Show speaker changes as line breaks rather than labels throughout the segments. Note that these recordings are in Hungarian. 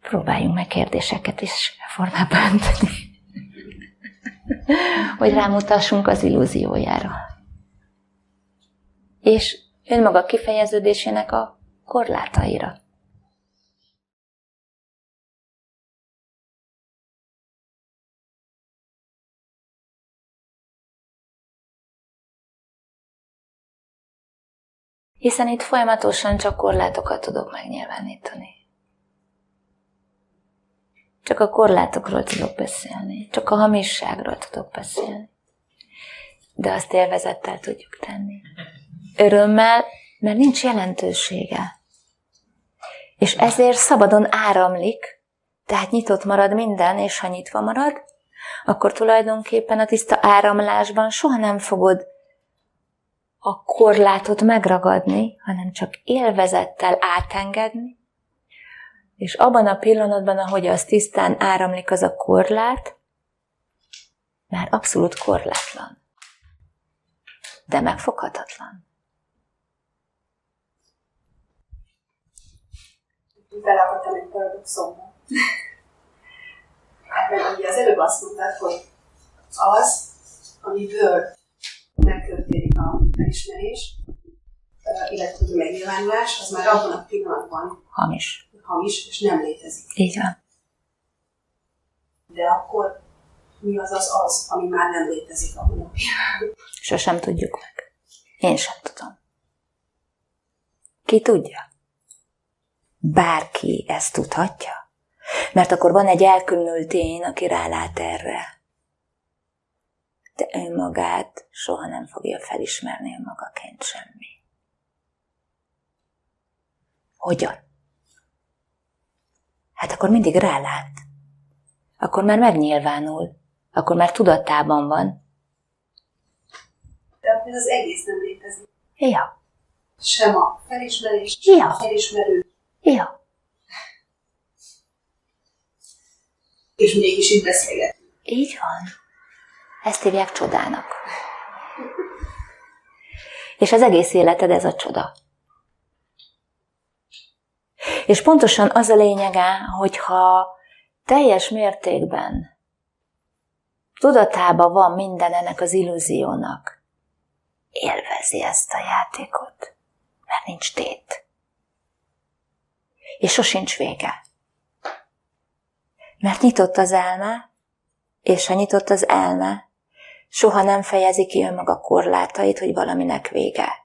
Próbáljunk meg kérdéseket is formába önteni, hogy rámutassunk az illúziójára. És önmaga kifejeződésének a korlátaira. Hiszen itt folyamatosan csak korlátokat tudok megnyilvánítani. Csak a korlátokról tudok beszélni, csak a hamisságról tudok beszélni. De azt élvezettel tudjuk tenni. Örömmel, mert nincs jelentősége. És ezért szabadon áramlik, tehát nyitott marad minden, és ha nyitva marad, akkor tulajdonképpen a tiszta áramlásban soha nem fogod a korlátot megragadni, hanem csak élvezettel átengedni, és abban a pillanatban, ahogy az tisztán áramlik az a korlát, már abszolút korlátlan, de megfoghatatlan.
Beleakadtam egy paradoxonba. Mert ugye az előbb azt mondtad, hogy az, amiből megtörténik a felismerés, illetve a megnyilvánulás, az már abban a pillanatban hamis, és nem létezik.
Így van.
De akkor mi az, ami már nem létezik abban a pillanatban?
Sosem tudjuk meg. Én sem tudom. Ki tudja? Bárki ezt tudhatja? Mert akkor van egy elkülönült én, aki rálát erre. De önmagát soha nem fogja felismerni önmagaként semmi. Hogyan? Hát akkor mindig rálát. Akkor már megnyilvánul. Akkor már tudatában van.
De akkor az egész nem létezik.
Ja.
Sem a felismerés, sem a felismerő.
Ja.
És mégis itt beszélgetünk.
Így van. Ezt hívják csodának. És az egész életed ez a csoda. És pontosan az a lényege, hogyha teljes mértékben tudatában van minden ennek az illúziónak, élvezi ezt a játékot, mert nincs tét. És sosincs vége. Mert nyitott az elme, és ha nyitott az elme, soha nem fejezi ki önmaga korlátait, hogy valaminek vége.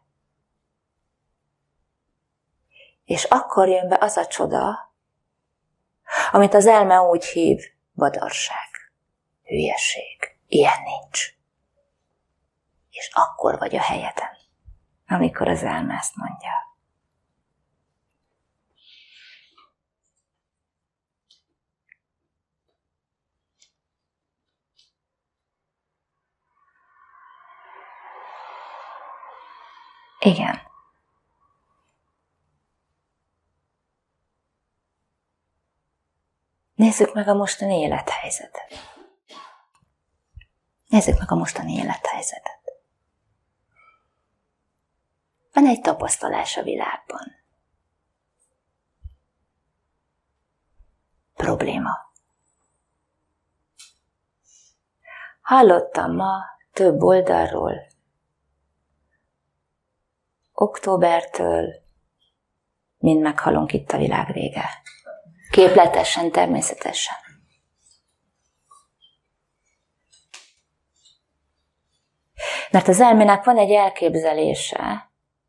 És akkor jön be az a csoda, amit az elme úgy hív, badarság, hülyeség, ilyen nincs. És akkor vagy a helyeden, amikor az elme ezt mondja. Igen. Nézzük meg a mostani élethelyzetet. Nézzük meg a mostani élethelyzetet. Van egy tapasztalás a világban. Probléma. Hallottam ma több oldalról, októbertől, mind meghalunk itt a világ vége. Képletesen, természetesen. Mert az elmének van egy elképzelése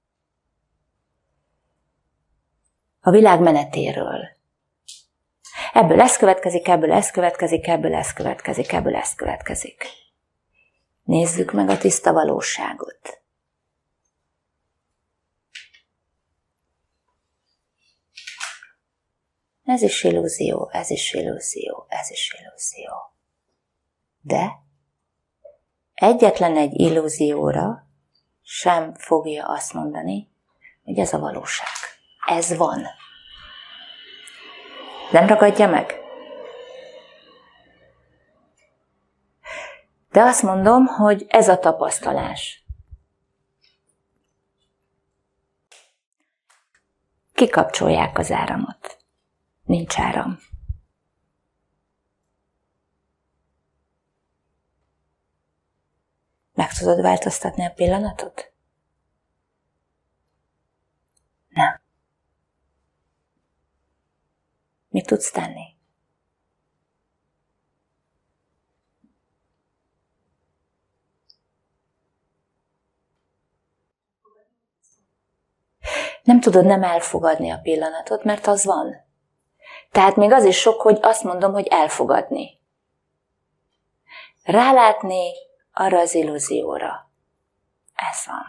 a világ menetéről. Ebből ez következik, ebből ez következik, ebből ez következik, ebből ez következik. Nézzük meg a tiszta valóságot. Ez is illúzió, ez is illúzió, ez is illúzió. De egyetlen egy illúzióra sem fogja azt mondani, hogy ez a valóság. Ez van. Nem ragadja meg? De azt mondom, hogy ez a tapasztalás. Kikapcsolják az áramot. Nincs áram. Meg tudod változtatni a pillanatot? Nem. Mit tudsz tenni? Nem tudod nem elfogadni a pillanatot, mert az van. Tehát még az is sok, hogy azt mondom, hogy elfogadni. Rálátni arra az illúzióra. Ez van.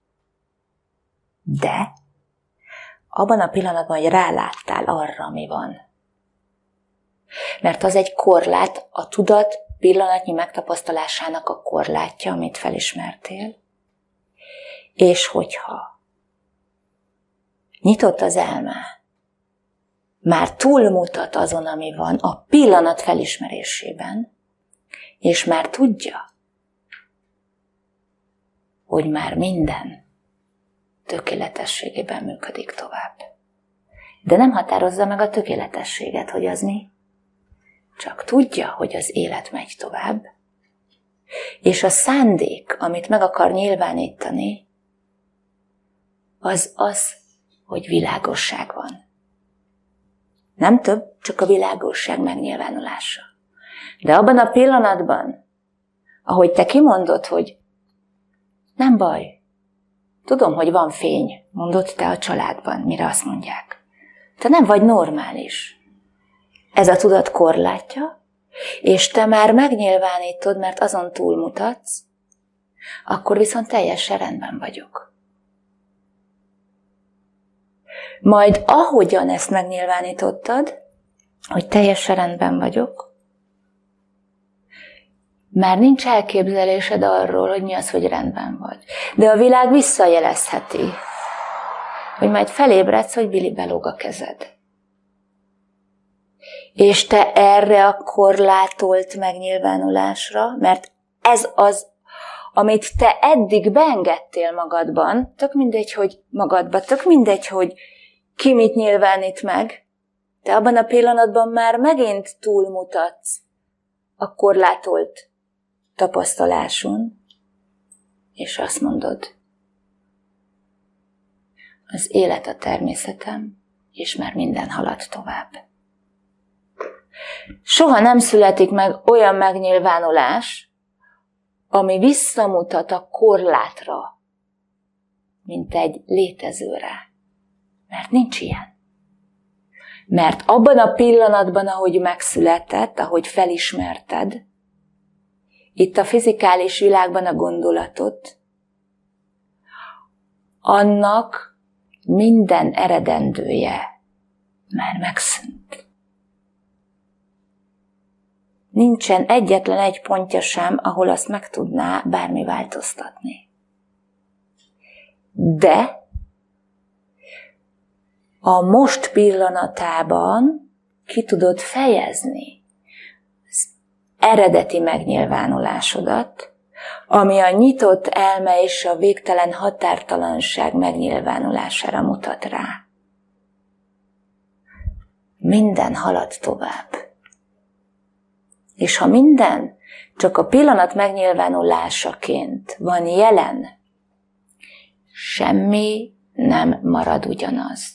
De abban a pillanatban, hogy ráláttál arra, ami van. Mert az egy korlát, a tudat pillanatnyi megtapasztalásának a korlátja, amit felismertél. És hogyha nyitott az elme, már túlmutat azon, ami van, a pillanat felismerésében, és már tudja, hogy már minden tökéletességében működik tovább. De nem határozza meg a tökéletességet, hogy az mi. Csak tudja, hogy az élet megy tovább, és a szándék, amit meg akar nyilvánítani, az, hogy világosság van. Nem több, csak a világosság megnyilvánulása. De abban a pillanatban, ahogy te kimondod, hogy nem baj, tudom, hogy van fény, mondod te a családban, mire azt mondják. Te nem vagy normális. Ez a tudat korlátja, és te már megnyilvánítod, mert azon túlmutatsz, akkor viszont teljesen rendben vagyok. Majd ahogyan ezt megnyilvánítottad, hogy teljesen rendben vagyok, már nincs elképzelésed arról, hogy mi az, hogy rendben vagy. De a világ visszajelezheti, hogy majd felébredsz, hogy Billy belóg a kezed. És te erre a korlátolt megnyilvánulásra, mert ez az, amit te eddig beengedtél magadban, tök mindegy, hogy magadba, tök mindegy, hogy ki mit nyilvánít meg, te abban a pillanatban már megint túlmutatsz a korlátolt tapasztaláson, és azt mondod, az élet a természetem, és már minden halad tovább. Soha nem születik meg olyan megnyilvánulás, ami visszamutat a korlátra, mint egy létezőre. Mert nincs ilyen. Mert abban a pillanatban, ahogy megszületett, ahogy felismerted, itt a fizikális világban a gondolatot, annak minden eredendője már megszűnt. Nincsen egyetlen egy pontja sem, ahol azt meg tudná bármi változtatni. De a most pillanatában ki tudod fejezni az eredeti megnyilvánulásodat, ami a nyitott elme és a végtelen határtalanság megnyilvánulására mutat rá. Minden halad tovább. És ha minden csak a pillanat megnyilvánulásaként van jelen, semmi nem marad ugyanaz.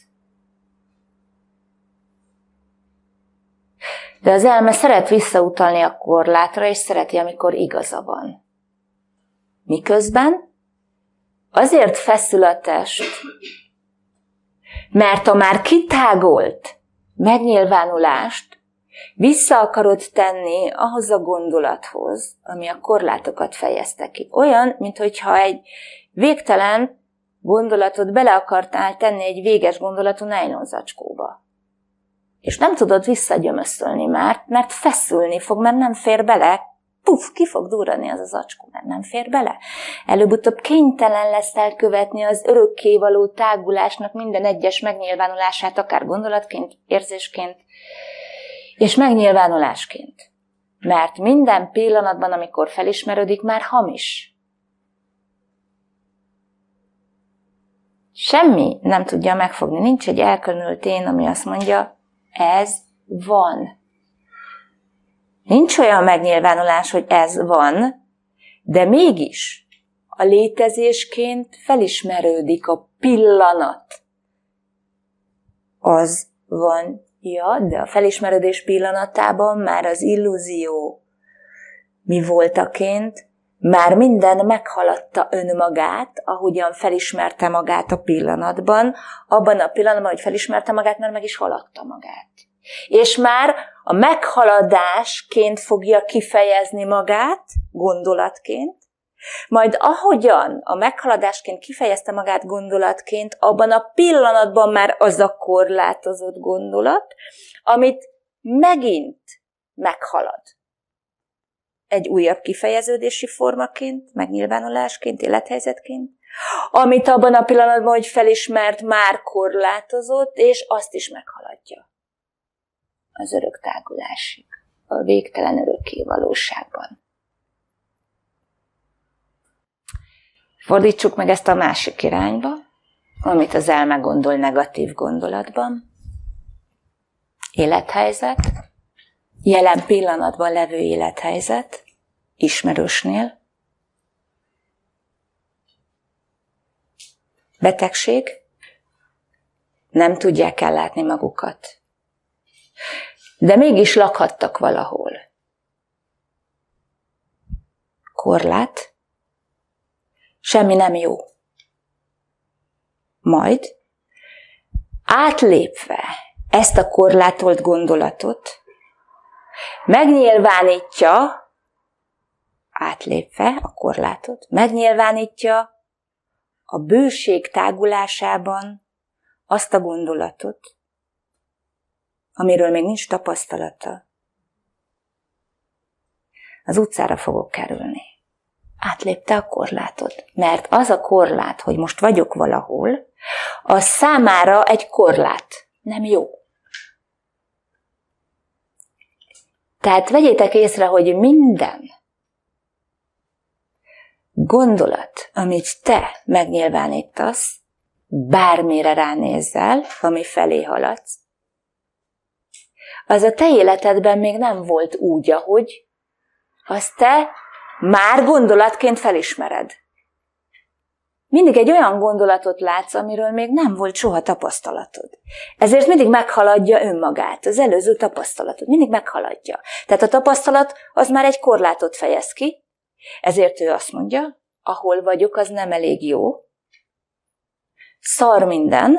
De az elme szeret visszautalni a korlátra, és szereti, amikor igaza van. Miközben azért feszül a test, mert a már kitágolt megnyilvánulást vissza akarod tenni ahhoz a gondolathoz, ami a korlátokat fejezte ki. Olyan, mintha egy végtelen gondolatot bele akartál tenni egy véges gondolatú nájlonzacskóba. És nem tudod visszagyömöszölni már, mert feszülni fog, mert nem fér bele. Puf, ki fog durrani az a zacskó, mert nem fér bele. Előbb-utóbb kénytelen lesz elkövetni az örökkévaló tágulásnak minden egyes megnyilvánulását, akár gondolatként, érzésként, és megnyilvánulásként. Mert minden pillanatban, amikor felismerődik, már hamis. Semmi nem tudja megfogni. Nincs egy elkülönült én, ami azt mondja, ez van. Nincs olyan megnyilvánulás, hogy ez van, De mégis a létezésként felismerődik a pillanat. Az van, de a felismerődés pillanatában már az illúzió mi voltaként, már minden meghaladta önmagát, ahogyan felismerte magát a pillanatban, abban a pillanatban, hogy felismerte magát, mert meg is haladta magát. És már a meghaladásként fogja kifejezni magát, gondolatként, majd ahogyan a meghaladásként kifejezte magát gondolatként, abban a pillanatban már az a korlátozott gondolat, amit megint meghalad. Egy újabb kifejeződési formaként, megnyilvánulásként, élethelyzetként, amit abban a pillanatban, hogy felismert, már korlátozott, és azt is meghaladja. Az örök tágulásig, a végtelen örökké valóságban. Fordítsuk meg ezt a másik irányba, amit az elme gondol negatív gondolatban. Élethelyzet, jelen pillanatban levő élethelyzet, ismerősnél. Betegség, nem tudják ellátni magukat. De mégis lakhattak valahol. Korlát, semmi nem jó. Majd átlépve ezt a korlátolt gondolatot, megnyilvánítja, átlépve a korlátot, megnyilvánítja a bőség tágulásában azt a gondolatot, amiről még nincs tapasztalata. Az utcára fogok kerülni. Átlépte a korlátot, mert az a korlát, hogy most vagyok valahol, az számára egy korlát, nem jó. Tehát vegyétek észre, hogy minden gondolat, amit te megnyilvánítasz, bármire ránézzel, ami felé haladsz, az a te életedben még nem volt úgy, ahogy azt te már gondolatként felismered. Mindig egy olyan gondolatot látsz, amiről még nem volt soha tapasztalatod. Ezért mindig meghaladja önmagát, az előző tapasztalatot. Mindig meghaladja. Tehát a tapasztalat az már egy korlátot fejez ki, ezért ő azt mondja, ahol vagyok, az nem elég jó. Szar minden.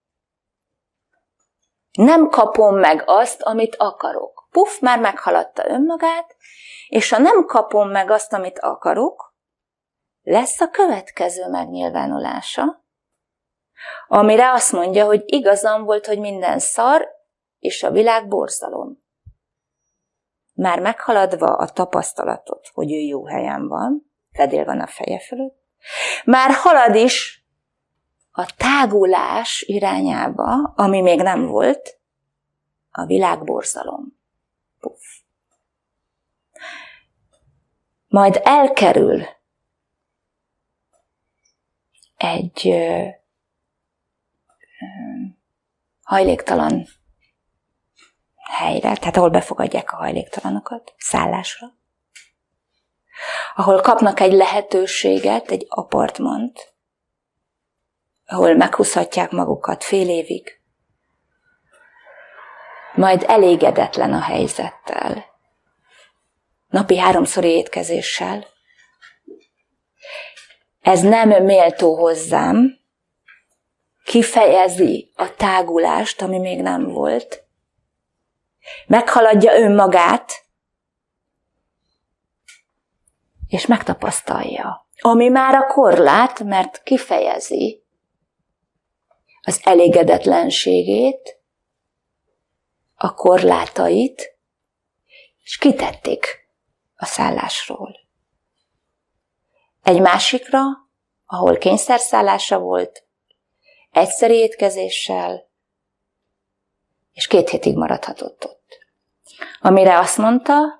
Nem kapom meg azt, amit akarok. Puff, már meghaladta önmagát, és ha nem kapom meg azt, amit akarok, lesz a következő megnyilvánulása, amire azt mondja, hogy igazam volt, hogy minden szar, és a világ borzalom. Már meghaladva a tapasztalatot, hogy ő jó helyen van, fedél van a feje fölött, már halad is a tágulás irányába, ami még nem volt, a világ borzalom. Puff. Majd elkerül egy hajléktalan helyre, tehát ahol befogadják a hajléktalanokat, szállásra, ahol kapnak egy lehetőséget, egy apartmant, ahol meghúzhatják magukat fél évig, majd elégedetlen a helyzettel, napi 3-szori étkezéssel. Ez nem méltó hozzám, kifejezi a tágulást, ami még nem volt, meghaladja önmagát, és megtapasztalja, ami már a korlát, mert kifejezi az elégedetlenségét, a korlátait, és kitették a szállásról. Egy másikra, ahol kényszerszállása volt, egyszeri étkezéssel, és 2 hétig maradhatott ott. Amire azt mondta,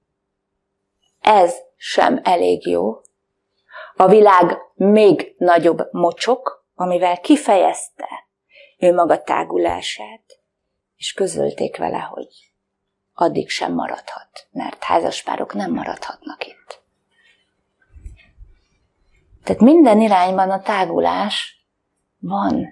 ez sem elég jó. A világ még nagyobb mocsok, amivel kifejezte ő maga tágulását, és közölték vele, hogy addig sem maradhat, mert házaspárok nem maradhatnak itt. Tehát minden irányban a tágulás van.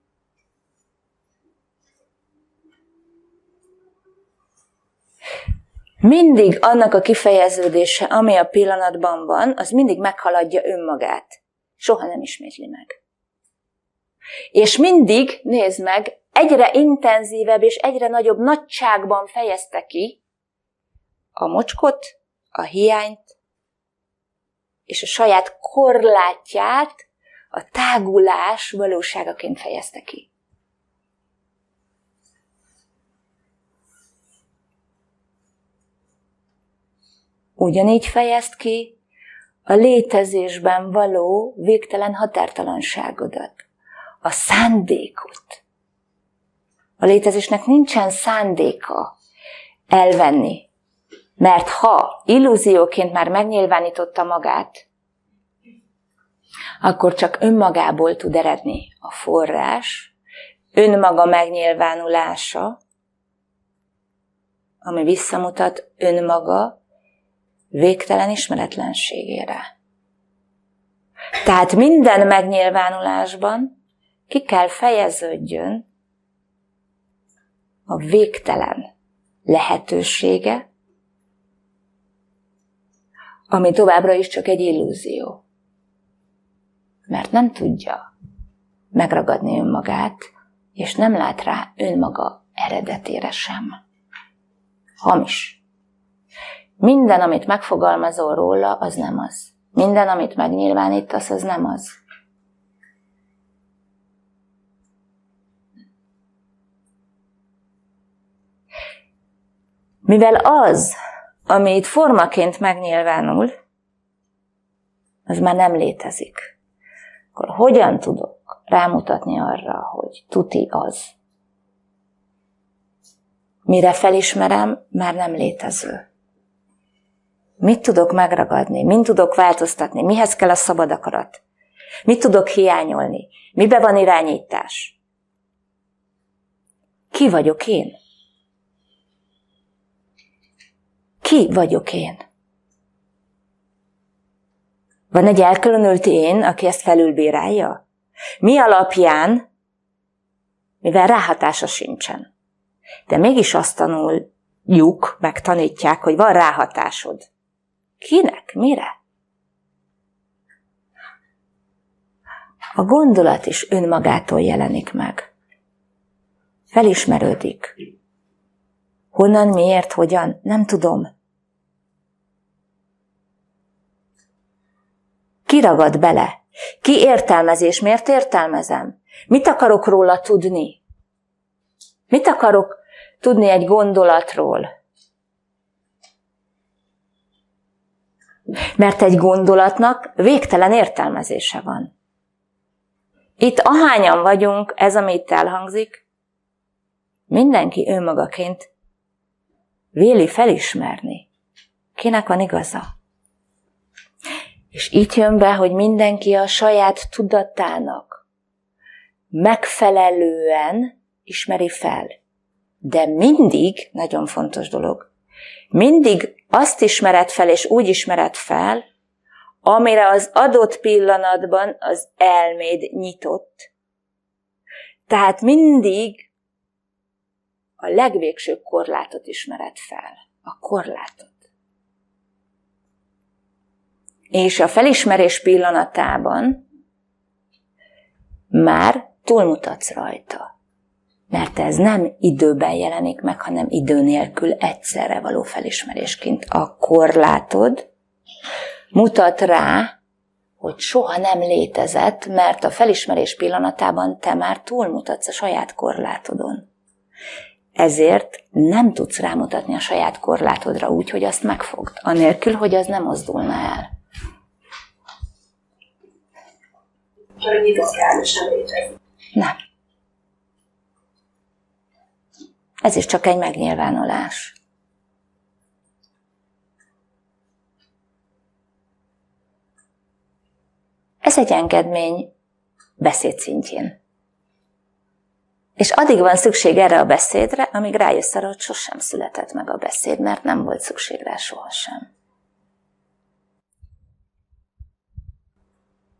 Mindig annak a kifejeződése, ami a pillanatban van, az mindig meghaladja önmagát. Soha nem ismétli meg. És mindig, nézd meg, egyre intenzívebb és egyre nagyobb nagyságban fejezte ki a mocskot, a hiányt, és a saját korlátját a tágulás valóságaként fejezte ki. Ugyanígy fejezt ki a létezésben való végtelen határtalanságodat, a szándékot. A létezésnek nincsen szándéka elvenni, mert ha illúzióként már megnyilvánította magát, akkor csak önmagából tud eredni a forrás, önmaga megnyilvánulása, ami visszamutat önmaga végtelen ismeretlenségére. Tehát minden megnyilvánulásban ki kell fejeződjön a végtelen lehetősége, ami továbbra is csak egy illúzió. Mert nem tudja megragadni önmagát, és nem lát rá önmaga eredetére sem. Hamis. Minden, amit megfogalmazol róla, az nem az. Minden, amit megnyilvánítasz, az nem az. Mivel az, ami itt formaként megnyilvánul, az már nem létezik. Akkor hogyan tudok rámutatni arra, hogy tuti az? Mire felismerem, már nem létező. Mit tudok megragadni? Min tudok változtatni? Mihez kell a szabad akarat? Mit tudok hiányolni? Mibe van irányítás? Ki vagyok én? Ki vagyok én? Van egy elkülönült én, aki ezt felülbírálja? Mi alapján, mivel ráhatása sincsen. De mégis azt tanuljuk, meg tanítják, hogy van ráhatásod. Kinek? Mire? A gondolat is önmagától jelenik meg. Felismerődik. Honnan, miért, hogyan? Nem tudom. Ki ragad bele? Ki értelmezés? Miért értelmezem? Mit akarok róla tudni? Mit akarok tudni egy gondolatról? Mert egy gondolatnak végtelen értelmezése van. Itt ahányan vagyunk, ez, ami itt elhangzik, mindenki önmagaként véli felismerni. Kinek van igaza? És itt jön be, hogy mindenki a saját tudatának megfelelően ismeri fel. De mindig, nagyon fontos dolog, mindig azt ismered fel, és úgy ismered fel, amire az adott pillanatban az elméd nyitott. Tehát mindig a legvégsőbb korlátot ismered fel. A korlátot. És a felismerés pillanatában már túlmutatsz rajta. Mert ez nem időben jelenik meg, hanem idő nélkül egyszerre való felismerésként. A korlátod mutat rá, hogy soha nem létezett, mert a felismerés pillanatában te már túlmutatsz a saját korlátodon. Ezért nem tudsz rámutatni a saját korlátodra úgy, hogy azt megfogd, anélkül, hogy az nem mozdulna el.
Hogy nyitott kell, sem létezik.
Nem. Ez is csak egy megnyilvánulás. Ez egy engedmény beszéd szintjén. És addig van szükség erre a beszédre, amíg rájössz arra, hogy sosem született meg a beszéd, mert nem volt szükség rá sohasem.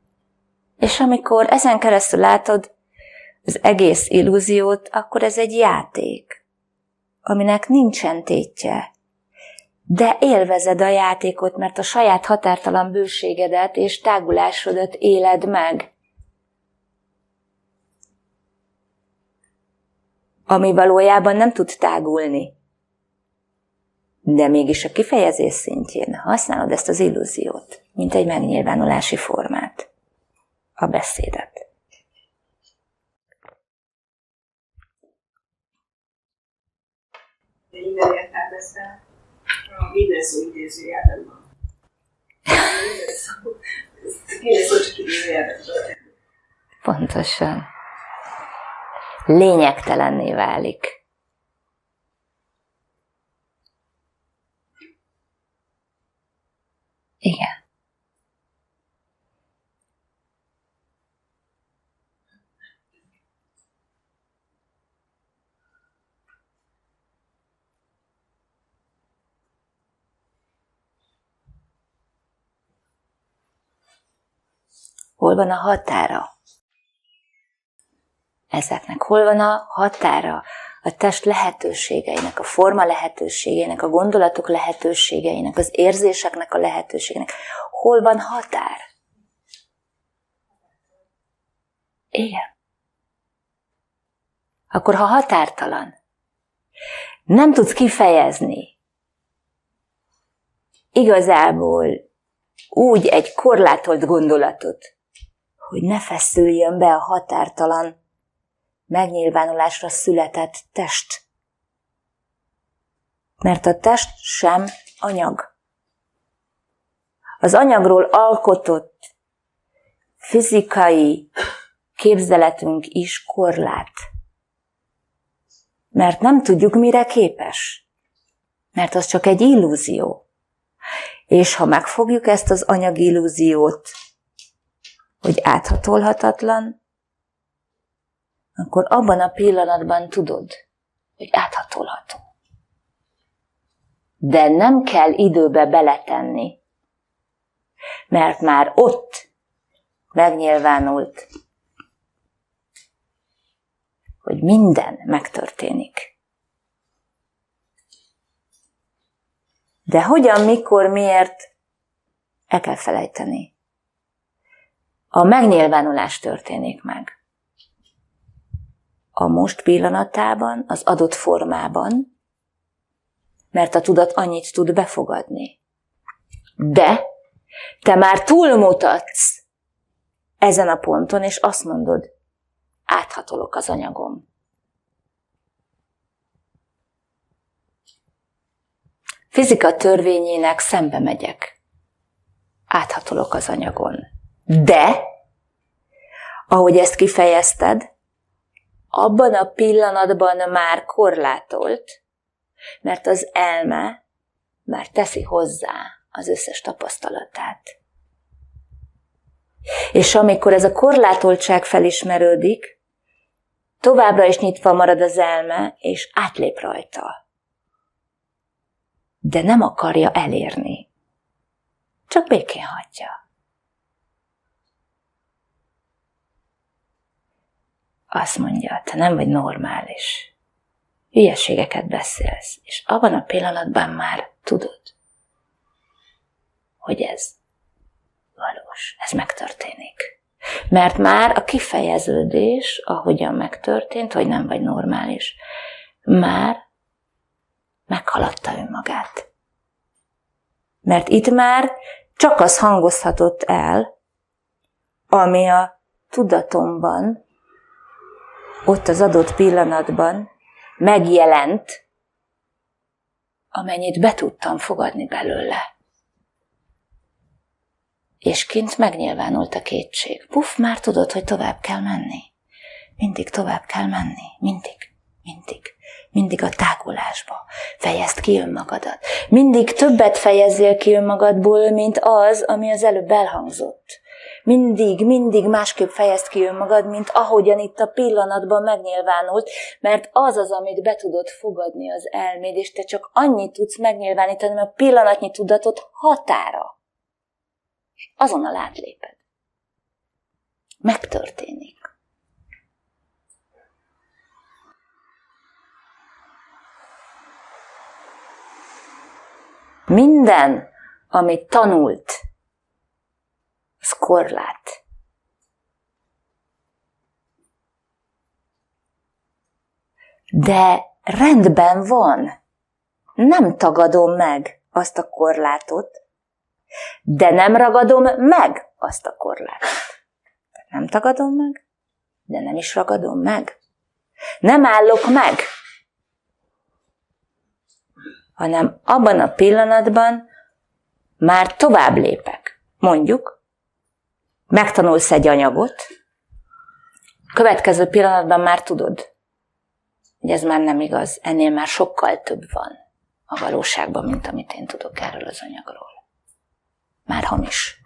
És amikor ezen keresztül látod az egész illúziót, akkor ez egy játék, aminek nincsen tétje. De élvezed a játékot, mert a saját határtalan bőségedet és tágulásodat éled meg. Ami valójában nem tud tágulni. De mégis a kifejezés szintjén használod ezt az illúziót, mint egy megnyilvánulási formát. A beszédet.
Minden értelmezve, minden szó idézőjelben van. Minden szó csak idézőjelben van.
Pontosan. Lényegtelenné válik. Igen. Hol van a határa? Ezeknek hol van a határa? A test lehetőségeinek, a forma lehetőségeinek, a gondolatok lehetőségeinek, az érzéseknek a lehetőségeinek. Hol van határ? Igen. Akkor ha határtalan, nem tudsz kifejezni igazából úgy egy korlátolt gondolatot, hogy ne feszüljön be a határtalan megnyilvánulásra született test. Mert a test sem anyag. Az anyagról alkotott fizikai képzeletünk is korlát. Mert nem tudjuk, mire képes. Mert az csak egy illúzió. És ha megfogjuk ezt az anyagillúziót, hogy áthatolhatatlan, akkor abban a pillanatban tudod, hogy áthatolható. De nem kell időbe beletenni, mert már ott megnyilvánult, hogy minden megtörténik. De hogyan, mikor, miért, el kell felejteni. A megnyilvánulás történik meg. A most pillanatában, az adott formában, mert a tudat annyit tud befogadni. De te már túlmutatsz ezen a ponton, és azt mondod, áthatolok az anyagom. Fizika törvényének szembe megyek. Áthatolok az anyagon. De, ahogy ezt kifejezted, abban a pillanatban már korlátolt, mert az elme már teszi hozzá az összes tapasztalatát. És amikor ez a korlátoltság felismerődik, továbbra is nyitva marad az elme, és átlép rajta. De nem akarja elérni. Csak békén hagyja. Azt mondja, te nem vagy normális. Hülyeségeket beszélsz, és abban a pillanatban már tudod, hogy ez valós, ez megtörténik. Mert már a kifejeződés, ahogyan megtörtént, hogy nem vagy normális, már meghaladta önmagát. Mert itt már csak az hangozhatott el, ami a tudatomban, ott az adott pillanatban megjelent, amennyit be tudtam fogadni belőle. És kint megnyilvánult a kétség. Puff, már tudod, hogy tovább kell menni. Mindig tovább kell menni. Mindig a tágulásba. Fejezd ki önmagadat. Mindig többet fejezzél ki önmagadból, mint az, ami az előbb elhangzott. Mindig másképp fejezd ki önmagad, mint ahogyan itt a pillanatban megnyilvánult, mert az az, amit be tudod fogadni az elméd, és te csak annyit tudsz megnyilvánítani, mert a pillanatnyi tudatot határa. És azonnal átléped. Megtörténik. Minden, amit tanult, az korlát. De rendben van. Nem tagadom meg azt a korlátot, de nem ragadom meg azt a korlátot. Nem tagadom meg, de nem is ragadom meg. Nem állok meg, hanem abban a pillanatban már tovább lépek. Mondjuk, megtanulsz egy anyagot, következő pillanatban már tudod, hogy ez már nem igaz, ennél már sokkal több van a valóságban, mint amit én tudok erről az anyagról. Már hamis.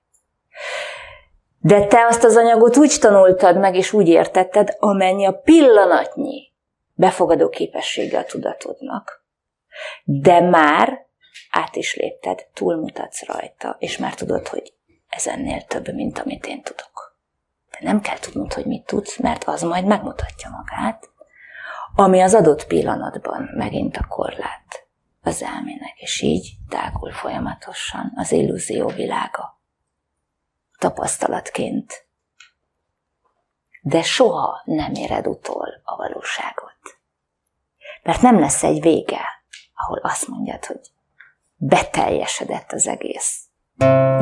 De te azt az anyagot úgy tanultad meg, és úgy értetted, amennyi a pillanatnyi befogadó képessége a tudatodnak. De már át is lépted, túlmutatsz rajta, és már tudod, hogy ez ennél több, mint amit én tudok. De nem kell tudnod, hogy mit tudsz, mert az majd megmutatja magát, ami az adott pillanatban megint a korlát az elmének, és így tágul folyamatosan az illúzió világa. Tapasztalatként. De soha nem éred utol a valóságot. Mert nem lesz egy vége, ahol azt mondjad, hogy beteljesedett az egész.